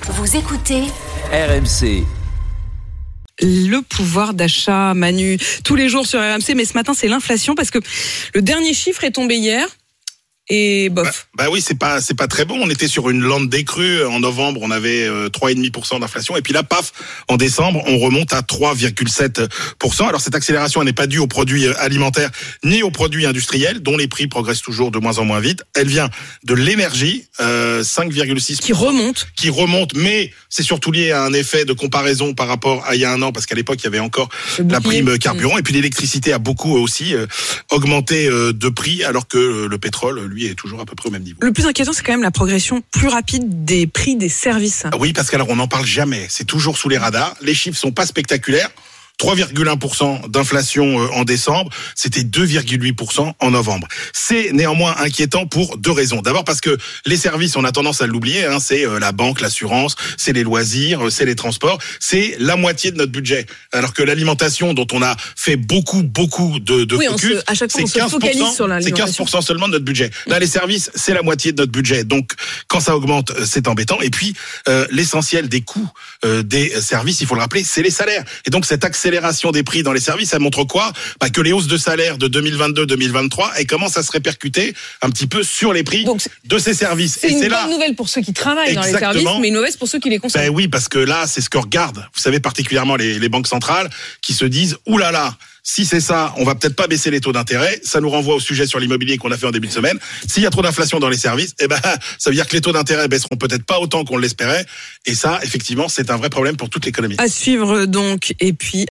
Vous écoutez RMC. Le pouvoir d'achat, Manu, tous les jours sur RMC, mais ce matin c'est l'inflation parce que le dernier chiffre est tombé hier. Et bof. Bah oui, c'est pas très bon. On était sur une lente décrue. En novembre, on avait 3,5% d'inflation. Et puis là, paf, en décembre, on remonte à 3,7%. Alors cette accélération, elle n'est pas due aux produits alimentaires ni aux produits industriels, dont les prix progressent toujours de moins en moins vite. Elle vient de l'énergie, 5,6%. Qui remonte, mais c'est surtout lié à un effet de comparaison par rapport à il y a un an, parce qu'à l'époque, il y avait encore la prime carburant. Et puis l'électricité a beaucoup aussi augmenté de prix, alors que le pétrole, lui, est toujours à peu près au même niveau. Le plus inquiétant, c'est quand même la progression plus rapide des prix des services. Oui, parce qu'alors on n'en parle jamais. C'est toujours sous les radars. Les chiffres sont pas spectaculaires. 3,1% d'inflation en décembre, c'était 2,8% en novembre. C'est néanmoins inquiétant pour deux raisons. D'abord parce que les services, on a tendance à l'oublier, c'est la banque, l'assurance, c'est les loisirs, c'est les transports, c'est la moitié de notre budget. Alors que l'alimentation, dont on a fait beaucoup de focus, à chaque fois, c'est 15%, sur l'alimentation. C'est 15% seulement de notre budget. Là, les services, c'est la moitié de notre budget. Donc, quand ça augmente, c'est embêtant. Et puis, l'essentiel des coûts des services, il faut le rappeler, c'est les salaires. Et donc, cette accélération des prix dans les services, ça montre quoi ? Que les hausses de salaire de 2022-2023, elles commencent à se répercuter un petit peu sur les prix de ces services. C'est une bonne nouvelle pour ceux qui travaillent dans les services, mais une mauvaise pour ceux qui les consomment. Oui, parce que là, c'est ce que regardent, vous savez, particulièrement les banques centrales, qui se disent « Ouh là là !» Si c'est ça, on va peut-être pas baisser les taux d'intérêt. Ça nous renvoie au sujet sur l'immobilier qu'on a fait en début de semaine. S'il y a trop d'inflation dans les services, ça veut dire que les taux d'intérêt baisseront peut-être pas autant qu'on l'espérait. Et ça, effectivement, c'est un vrai problème pour toute l'économie. À suivre donc. Et puis,